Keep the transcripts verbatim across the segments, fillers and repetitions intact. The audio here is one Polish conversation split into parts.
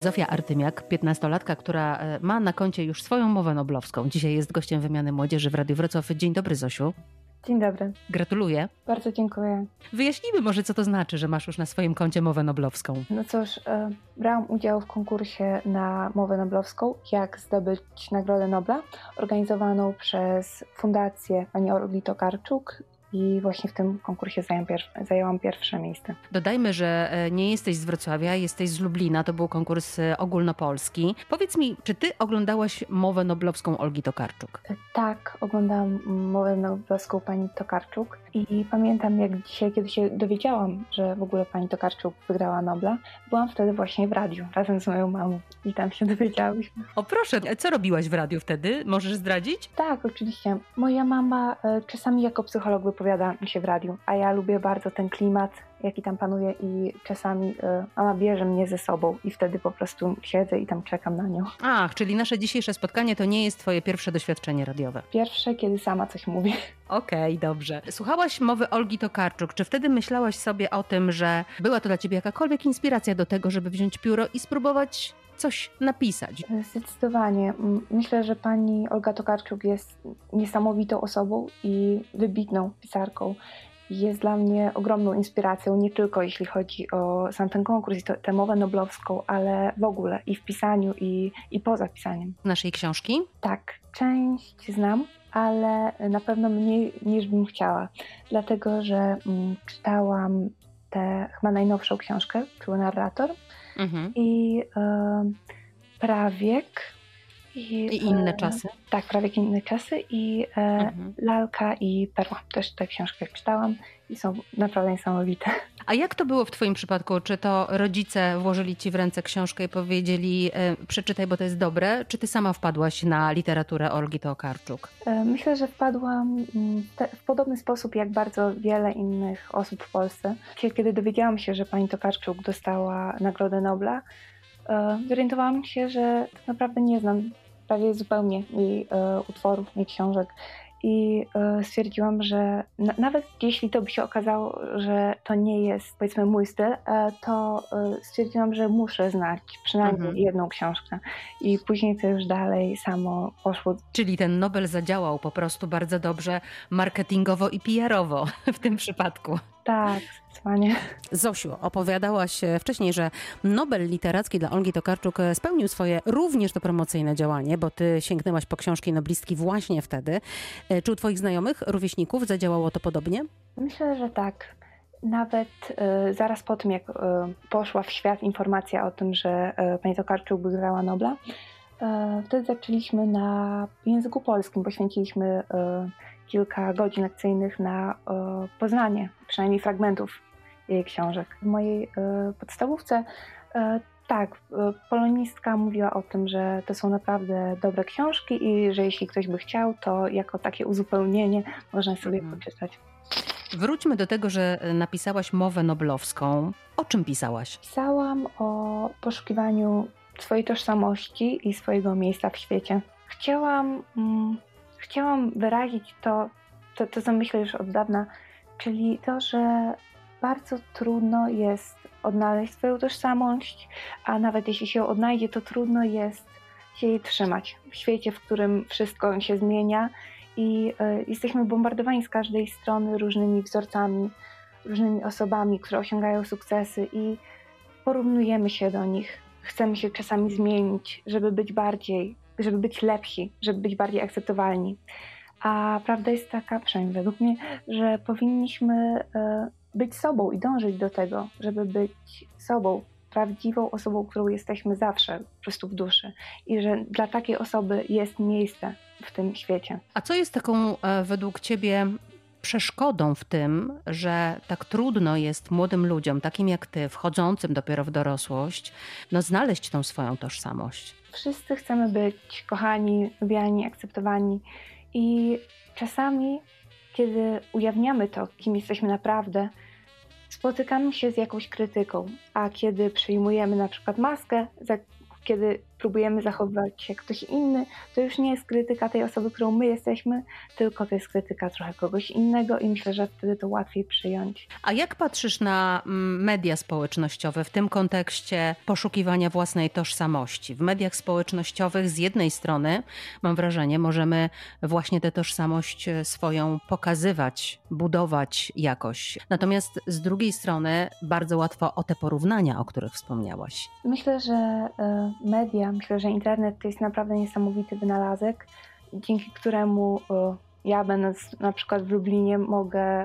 Zofia Artymiak, piętnastolatka, która ma na koncie już swoją mowę noblowską. Dzisiaj jest gościem wymiany młodzieży w Radiu Wrocław. Dzień dobry, Zosiu. Dzień dobry. Gratuluję. Bardzo dziękuję. Wyjaśnijmy może, co to znaczy, że masz już na swoim koncie mowę noblowską. No cóż, e, brałam udział w konkursie na mowę noblowską, jak zdobyć Nagrodę Nobla, organizowaną przez Fundację pani Olgi Tokarczuk. I właśnie w tym konkursie zajęłam, pier- zajęłam pierwsze miejsce. Dodajmy, że nie jesteś z Wrocławia, jesteś z Lublina. To był konkurs ogólnopolski. Powiedz mi, czy ty oglądałaś mowę noblowską Olgi Tokarczuk? Tak, oglądałam mowę noblowską pani Tokarczuk i pamiętam jak dzisiaj, kiedy się dowiedziałam, że w ogóle pani Tokarczuk wygrała Nobla, byłam wtedy właśnie w radiu razem z moją mamą i tam się dowiedziałyśmy. O proszę, co robiłaś w radiu wtedy? Możesz zdradzić? Tak, oczywiście. Moja mama e, czasami jako psycholog wypowiada się w radiu, a ja lubię bardzo ten klimat, jaki tam panuje i czasami e, mama bierze mnie ze sobą i wtedy po prostu siedzę i tam czekam na nią. Ach, czyli nasze dzisiejsze spotkanie to nie jest twoje pierwsze doświadczenie radiowe. Pierwsze, kiedy sama coś mówię. Okej, okay, dobrze. Słuchałaś mowy Olgi Tokarczuk. Czy wtedy myślałaś sobie o tym, że była to dla ciebie jakakolwiek inspiracja do tego, żeby wziąć pióro i spróbować coś napisać? Zdecydowanie. Myślę, że pani Olga Tokarczuk jest niesamowitą osobą i wybitną pisarką. Jest dla mnie ogromną inspiracją, nie tylko jeśli chodzi o sam ten konkurs i to, tę mowę noblowską, ale w ogóle i w pisaniu, i, i poza pisaniem. Naszej książki? Tak, część znam, ale na pewno mniej niż bym chciała, dlatego że mm, czytałam tę chyba najnowszą książkę, Czuły narrator, mhm. i e, Prawiek. I, I inne czasy. E, tak, Prawiek i inne czasy i e, mhm. Lalka i Perła. Też tę książkę czytałam i są naprawdę niesamowite. A jak to było w twoim przypadku? Czy to rodzice włożyli ci w ręce książkę i powiedzieli e, przeczytaj, bo to jest dobre? Czy ty sama wpadłaś na literaturę Olgi Tokarczuk? E, myślę, że wpadłam te, w podobny sposób jak bardzo wiele innych osób w Polsce. Kiedy dowiedziałam się, że pani Tokarczuk dostała Nagrodę Nobla, e, zorientowałam się, że tak naprawdę nie znam prawie zupełnie jej e, utworów, jej książek. I y, stwierdziłam, że na, nawet jeśli to by się okazało, że to nie jest powiedzmy mój styl, y, to y, stwierdziłam, że muszę znać przynajmniej mhm. jedną książkę. I później to już dalej samo poszło. Czyli ten Nobel zadziałał po prostu bardzo dobrze marketingowo i P R-owo w tym przypadku. Tak, zdecydowanie. Zosiu, opowiadałaś wcześniej, że Nobel Literacki dla Olgi Tokarczuk spełnił swoje również to promocyjne działanie, bo ty sięgnęłaś po książki noblistki właśnie wtedy. Czy u twoich znajomych, rówieśników zadziałało to podobnie? Myślę, że tak. Nawet y, zaraz po tym, jak y, poszła w świat informacja o tym, że y, pani Tokarczuk wygrała Nobla, y, wtedy zaczęliśmy na języku polskim, poświęciliśmy y, kilka godzin lekcyjnych na y, poznanie przynajmniej fragmentów jej książek. W mojej y, podstawówce y, tak, y, polonistka mówiła o tym, że to są naprawdę dobre książki i że jeśli ktoś by chciał, to jako takie uzupełnienie można sobie mhm. poczytać. Wróćmy do tego, że napisałaś mowę noblowską. O czym pisałaś? Pisałam o poszukiwaniu swojej tożsamości i swojego miejsca w świecie. Chciałam... Mm, Chciałam wyrazić to, to, to, co myślę już od dawna, czyli to, że bardzo trudno jest odnaleźć swoją tożsamość, a nawet jeśli się odnajdzie, to trudno jest się jej trzymać w świecie, w którym wszystko się zmienia i y, jesteśmy bombardowani z każdej strony różnymi wzorcami, różnymi osobami, które osiągają sukcesy i porównujemy się do nich. Chcemy się czasami zmienić, żeby być bardziej żeby być lepsi, żeby być bardziej akceptowalni. A prawda jest taka, przynajmniej według mnie, że powinniśmy być sobą i dążyć do tego, żeby być sobą, prawdziwą osobą, którą jesteśmy zawsze po prostu w duszy i że dla takiej osoby jest miejsce w tym świecie. A co jest taką według ciebie przeszkodą w tym, że tak trudno jest młodym ludziom, takim jak ty, wchodzącym dopiero w dorosłość, no znaleźć tą swoją tożsamość? Wszyscy chcemy być kochani, lubiani, akceptowani i czasami, kiedy ujawniamy to, kim jesteśmy naprawdę, spotykamy się z jakąś krytyką a kiedy przyjmujemy na przykład maskę, za, kiedy próbujemy zachowywać się jak ktoś inny, to już nie jest krytyka tej osoby, którą my jesteśmy, tylko to jest krytyka trochę kogoś innego i myślę, że wtedy to łatwiej przyjąć. A jak patrzysz na media społecznościowe w tym kontekście poszukiwania własnej tożsamości? W mediach społecznościowych z jednej strony, mam wrażenie, możemy właśnie tę tożsamość swoją pokazywać, budować jakoś. Natomiast z drugiej strony bardzo łatwo o te porównania, o których wspomniałaś. Myślę, że media, myślę, że internet to jest naprawdę niesamowity wynalazek, dzięki któremu ja, będąc na przykład w Lublinie, mogę,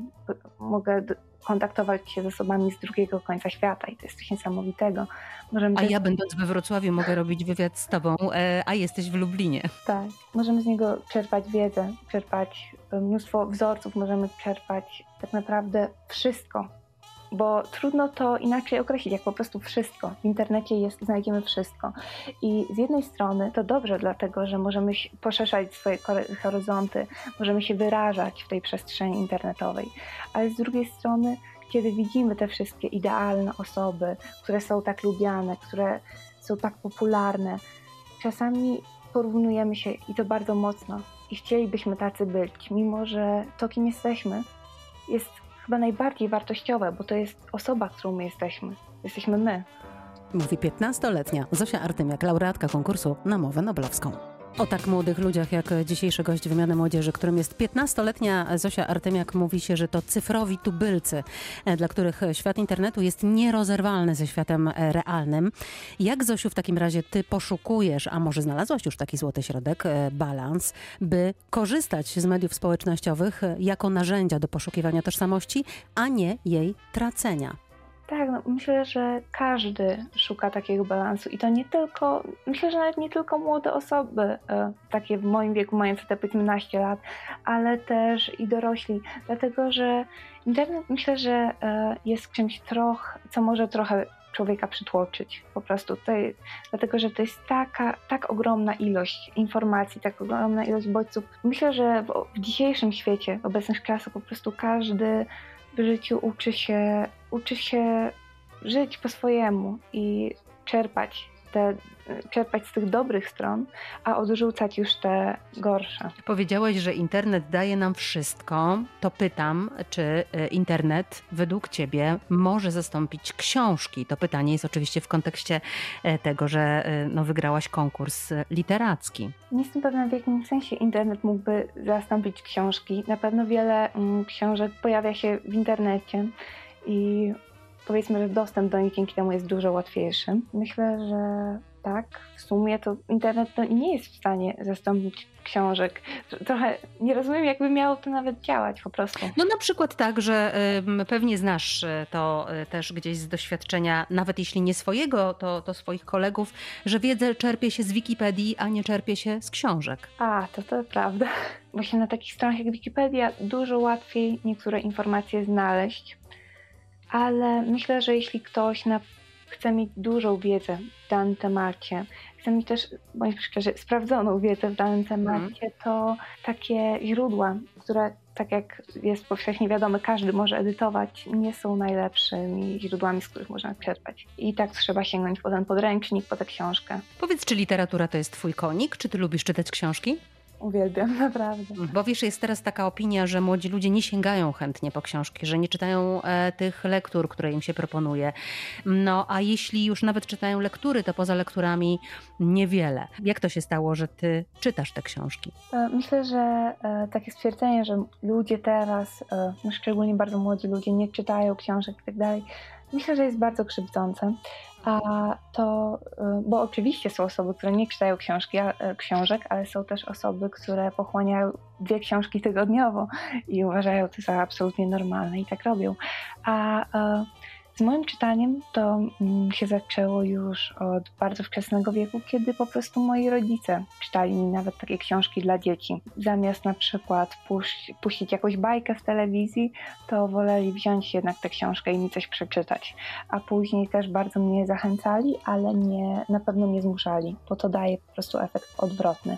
mogę kontaktować się z osobami z drugiego końca świata i to jest coś niesamowitego. Możemy a też... ja będąc we Wrocławiu mogę robić wywiad z tobą, a jesteś w Lublinie. Tak, możemy z niego czerpać wiedzę, czerpać mnóstwo wzorców, możemy czerpać tak naprawdę wszystko. Bo trudno to inaczej określić, jak po prostu wszystko. W internecie jest, znajdziemy wszystko. I z jednej strony to dobrze, dlatego że możemy poszerzać swoje horyzonty, możemy się wyrażać w tej przestrzeni internetowej. Ale z drugiej strony, kiedy widzimy te wszystkie idealne osoby, które są tak lubiane, które są tak popularne, czasami porównujemy się i to bardzo mocno. I chcielibyśmy tacy być, mimo że to, kim jesteśmy, jest chyba najbardziej wartościowe, bo to jest osoba, którą my jesteśmy. Jesteśmy my. Mówi piętnastoletnia Zosia Artymiak, laureatka konkursu na Mowę Noblowską. O tak młodych ludziach jak dzisiejszy gość Wymiany Młodzieży, którym jest piętnastoletnia Zosia Artymiak, mówi się, że to cyfrowi tubylcy, dla których świat internetu jest nierozerwalny ze światem realnym. Jak, Zosiu, w takim razie ty poszukujesz, a może znalazłaś już taki złoty środek, balans, by korzystać z mediów społecznościowych jako narzędzia do poszukiwania tożsamości, a nie jej tracenia? Tak, no myślę, że każdy szuka takiego balansu i to nie tylko, myślę, że nawet nie tylko młode osoby, e, takie w moim wieku, mające te powiedzmy naście lat, ale też i dorośli, dlatego że internet myślę, że e, jest czymś trochę, co może trochę człowieka przytłoczyć po prostu, to jest, dlatego że to jest taka, tak ogromna ilość informacji, tak ogromna ilość bodźców. Myślę, że w, w dzisiejszym świecie, w obecnych czasach po prostu każdy w życiu uczy się, uczy się żyć po swojemu i czerpać, te, czerpać z tych dobrych stron, a odrzucać już te gorsze. Powiedziałeś, że internet daje nam wszystko. To pytam, czy internet według ciebie może zastąpić książki? To pytanie jest oczywiście w kontekście tego, że no, wygrałaś konkurs literacki. Nie jestem pewna, w jakim sensie internet mógłby zastąpić książki. Na pewno wiele mm, książek pojawia się w internecie i powiedzmy, że dostęp do nich dzięki temu jest dużo łatwiejszy. Myślę, że tak, w sumie to internet no, nie jest w stanie zastąpić książek. Trochę nie rozumiem, jakby miało to nawet działać po prostu. No na przykład tak, że y, pewnie znasz to y, też gdzieś z doświadczenia, nawet jeśli nie swojego, to, to swoich kolegów, że wiedzę czerpie się z Wikipedii, a nie czerpie się z książek. A, to to prawda. Właśnie na takich stronach jak Wikipedia dużo łatwiej niektóre informacje znaleźć, ale myślę, że jeśli ktoś na chce mieć dużą wiedzę w danym temacie, chce mieć też, bądźmy szczerzy, sprawdzoną wiedzę w danym temacie, mm. to takie źródła, które, tak jak jest powszechnie wiadome, każdy może edytować, nie są najlepszymi źródłami, z których można czerpać. I tak trzeba sięgnąć po ten podręcznik, po tę książkę. Powiedz, czy literatura to jest twój konik? Czy ty lubisz czytać książki? Uwielbiam, naprawdę. Bo wiesz, jest teraz taka opinia, że młodzi ludzie nie sięgają chętnie po książki, że nie czytają e, tych lektur, które im się proponuje. No a jeśli już nawet czytają lektury, to poza lekturami niewiele. Jak to się stało, że ty czytasz te książki? Myślę, że e, takie stwierdzenie, że ludzie teraz, e, no szczególnie bardzo młodzi ludzie, nie czytają książek i tak dalej, myślę, że jest bardzo krzywdzące. A to, bo oczywiście są osoby, które nie czytają książki, książek, ale są też osoby, które pochłaniają dwie książki tygodniowo i uważają to za absolutnie normalne i tak robią. A z moim czytaniem to się zaczęło już od bardzo wczesnego wieku, kiedy po prostu moi rodzice czytali mi nawet takie książki dla dzieci. Zamiast na przykład puś- puścić jakąś bajkę w telewizji, to woleli wziąć jednak tę książkę i mi coś przeczytać. A później też bardzo mnie zachęcali, ale nie, na pewno nie zmuszali, bo to daje po prostu efekt odwrotny.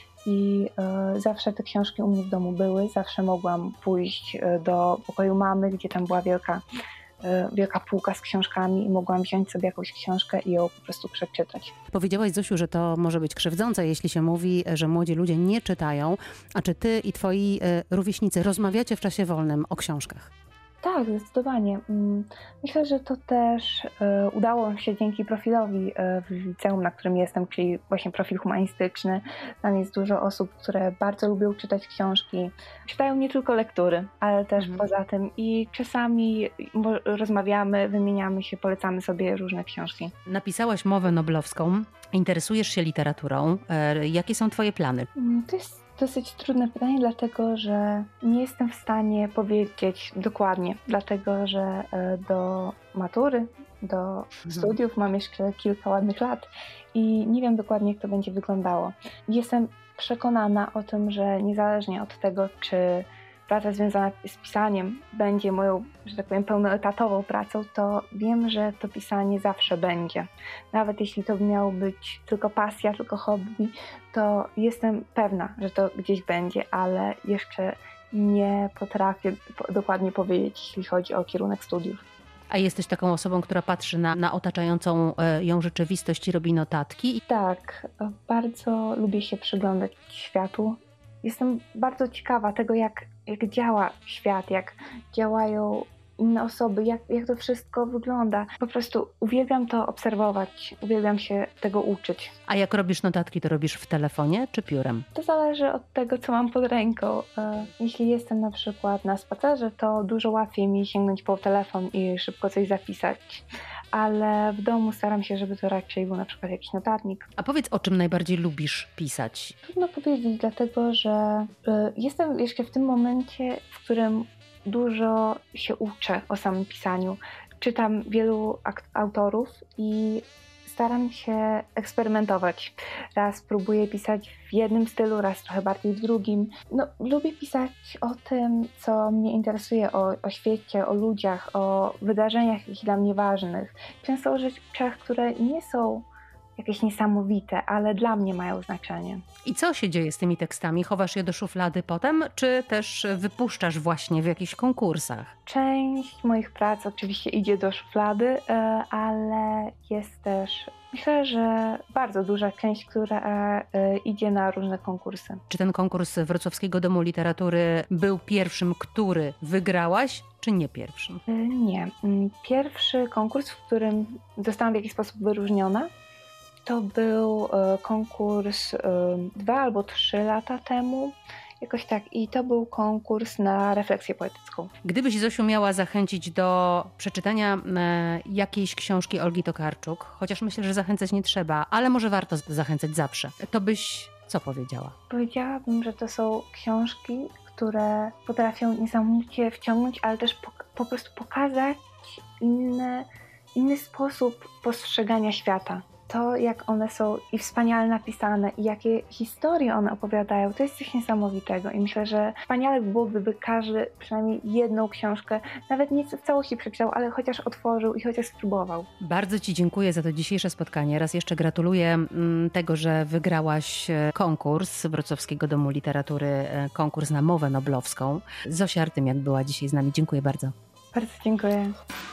I y, zawsze te książki u mnie w domu były, zawsze mogłam pójść y, do pokoju mamy, gdzie tam była wielka wielka półka z książkami i mogłam wziąć sobie jakąś książkę i ją po prostu przeczytać. Powiedziałaś, Zosiu, że to może być krzywdzące, jeśli się mówi, że młodzi ludzie nie czytają. A czy ty i twoi rówieśnicy rozmawiacie w czasie wolnym o książkach? Tak, zdecydowanie. Myślę, że to też udało się dzięki profilowi w liceum, na którym jestem, czyli właśnie profil humanistyczny. Tam jest dużo osób, które bardzo lubią czytać książki. Czytają nie tylko lektury, ale też mhm. poza tym i czasami rozmawiamy, wymieniamy się, polecamy sobie różne książki. Napisałaś mowę noblowską, interesujesz się literaturą. Jakie są twoje plany? To jest dosyć trudne pytanie, dlatego że nie jestem w stanie powiedzieć dokładnie, dlatego że do matury, do mhm. studiów mam jeszcze kilka ładnych lat i nie wiem dokładnie, jak to będzie wyglądało. Jestem przekonana o tym, że niezależnie od tego, czy praca związana z pisaniem będzie moją, że tak powiem, pełnoetatową pracą, to wiem, że to pisanie zawsze będzie. Nawet jeśli to miało być tylko pasja, tylko hobby, to jestem pewna, że to gdzieś będzie, ale jeszcze nie potrafię dokładnie powiedzieć, jeśli chodzi o kierunek studiów. A jesteś taką osobą, która patrzy na, na otaczającą ją rzeczywistość i robi notatki? Tak, bardzo lubię się przyglądać światu. Jestem bardzo ciekawa tego, jak, jak działa świat, jak działają inne osoby, jak, jak to wszystko wygląda. Po prostu uwielbiam to obserwować, uwielbiam się tego uczyć. A jak robisz notatki, to robisz w telefonie czy piórem? To zależy od tego, co mam pod ręką. Jeśli jestem na przykład na spacerze, to dużo łatwiej mi sięgnąć po telefon i szybko coś zapisać. Ale w domu staram się, żeby to raczej był na przykład jakiś notatnik. A powiedz, o czym najbardziej lubisz pisać? Trudno powiedzieć, dlatego że y, jestem jeszcze w tym momencie, w którym dużo się uczę o samym pisaniu. Czytam wielu ak- autorów i staram się eksperymentować. Raz próbuję pisać w jednym stylu, raz trochę bardziej w drugim. No, lubię pisać o tym, co mnie interesuje, o, o świecie, o ludziach, o wydarzeniach jakichś dla mnie ważnych. Często o rzeczach, które nie są jakieś niesamowite, ale dla mnie mają znaczenie. I co się dzieje z tymi tekstami? Chowasz je do szuflady potem, czy też wypuszczasz właśnie w jakichś konkursach? Część moich prac oczywiście idzie do szuflady, ale jest też, myślę, że bardzo duża część, która idzie na różne konkursy. Czy ten konkurs Wrocławskiego Domu Literatury był pierwszym, który wygrałaś, czy nie pierwszym? Nie. Pierwszy konkurs, w którym zostałam w jakiś sposób wyróżniona, to był konkurs dwa albo trzy lata temu, jakoś tak. I to był konkurs na refleksję poetycką. Gdybyś, Zosiu, miała zachęcić do przeczytania jakiejś książki Olgi Tokarczuk, chociaż myślę, że zachęcać nie trzeba, ale może warto zachęcać zawsze, to byś co powiedziała? Powiedziałabym, że to są książki, które potrafią niesamowicie wciągnąć, ale też po, po prostu pokazać inny, inny sposób postrzegania świata. To, jak one są i wspaniale napisane i jakie historie one opowiadają, to jest coś niesamowitego i myślę, że wspaniale byłoby, gdyby każdy przynajmniej jedną książkę, nawet nie w całości przeczytał, ale chociaż otworzył i chociaż spróbował. Bardzo Ci dziękuję za to dzisiejsze spotkanie. Raz jeszcze gratuluję tego, że wygrałaś konkurs Wrocławskiego Domu Literatury, konkurs na mowę noblowską. Zosia Artymiak była dzisiaj z nami. Dziękuję bardzo. Bardzo dziękuję.